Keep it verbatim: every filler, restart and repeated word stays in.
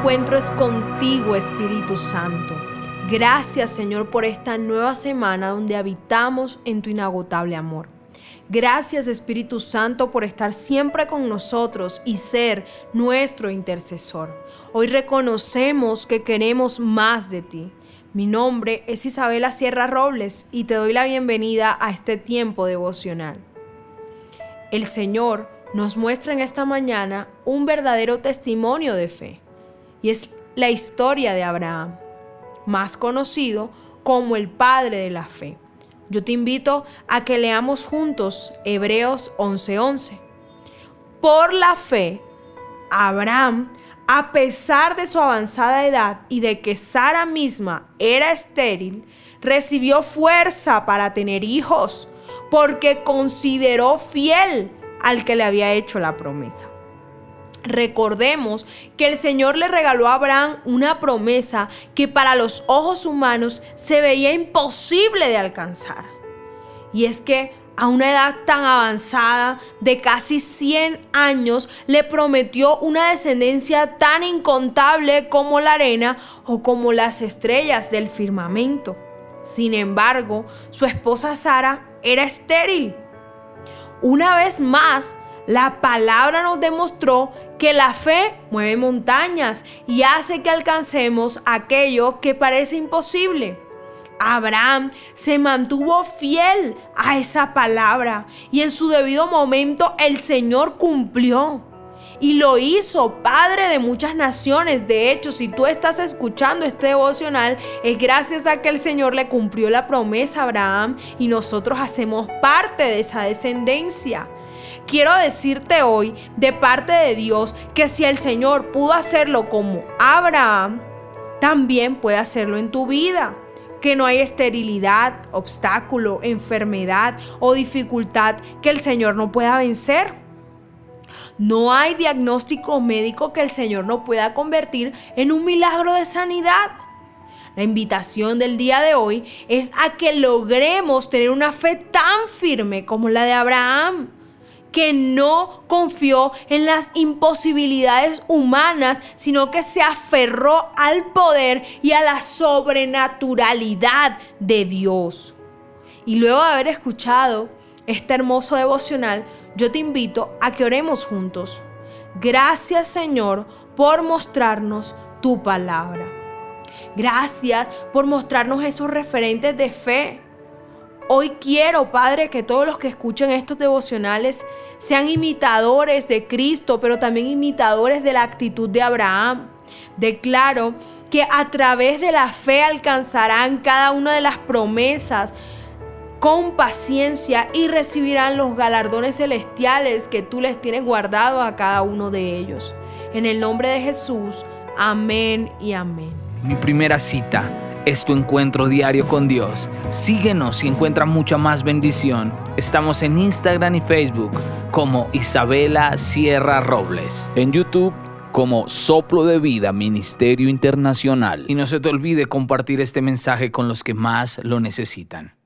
encuentro es contigo, Espíritu Santo. Gracias, Señor, por esta nueva semana donde habitamos en tu inagotable amor. Gracias, Espíritu Santo, por estar siempre con nosotros y ser nuestro intercesor. Hoy reconocemos que queremos más de ti. Mi nombre es Isabela Sierra Robles y te doy la bienvenida a este tiempo devocional. El Señor nos muestra en esta mañana un verdadero testimonio de fe y es la historia de Abraham, más conocido como el padre de la fe. Yo te invito a que leamos juntos Hebreos once once. Por la fe, Abraham, a pesar de su avanzada edad y de que Sara misma era estéril, recibió fuerza para tener hijos, porque consideró fiel al que le había hecho la promesa. Recordemos que el Señor le regaló a Abraham una promesa que para los ojos humanos se veía imposible de alcanzar. Y es que a una edad tan avanzada de casi cien años le prometió una descendencia tan incontable como la arena o como las estrellas del firmamento. Sin embargo, su esposa Sara era estéril. Una vez más, la palabra nos demostró que la fe mueve montañas y hace que alcancemos aquello que parece imposible. Abraham se mantuvo fiel a esa palabra y en su debido momento el Señor cumplió y lo hizo padre de muchas naciones. De hecho, si tú estás escuchando este devocional, es gracias a que el Señor le cumplió la promesa a Abraham y nosotros hacemos parte de esa descendencia. Quiero decirte hoy de parte de Dios que si el Señor pudo hacerlo como Abraham, también puede hacerlo en tu vida. Que no hay esterilidad, obstáculo, enfermedad o dificultad que el Señor no pueda vencer. No hay diagnóstico médico que el Señor no pueda convertir en un milagro de sanidad. La invitación del día de hoy es a que logremos tener una fe tan firme como la de Abraham, que no confió en las imposibilidades humanas, sino que se aferró al poder y a la sobrenaturalidad de Dios. Y luego de haber escuchado este hermoso devocional, yo te invito a que oremos juntos. Gracias, Señor, por mostrarnos tu palabra. Gracias por mostrarnos esos referentes de fe. Hoy quiero, Padre, que todos los que escuchen estos devocionales sean imitadores de Cristo, pero también imitadores de la actitud de Abraham. Declaro que a través de la fe alcanzarán cada una de las promesas con paciencia y recibirán los galardones celestiales que tú les tienes guardados a cada uno de ellos. En el nombre de Jesús, amén y amén. Mi primera cita es tu encuentro diario con Dios. Síguenos y encuentra mucha más bendición. Estamos en Instagram y Facebook como Isabela Sierra Robles. En YouTube como Soplo de Vida Ministerio Internacional. Y no se te olvide compartir este mensaje con los que más lo necesitan.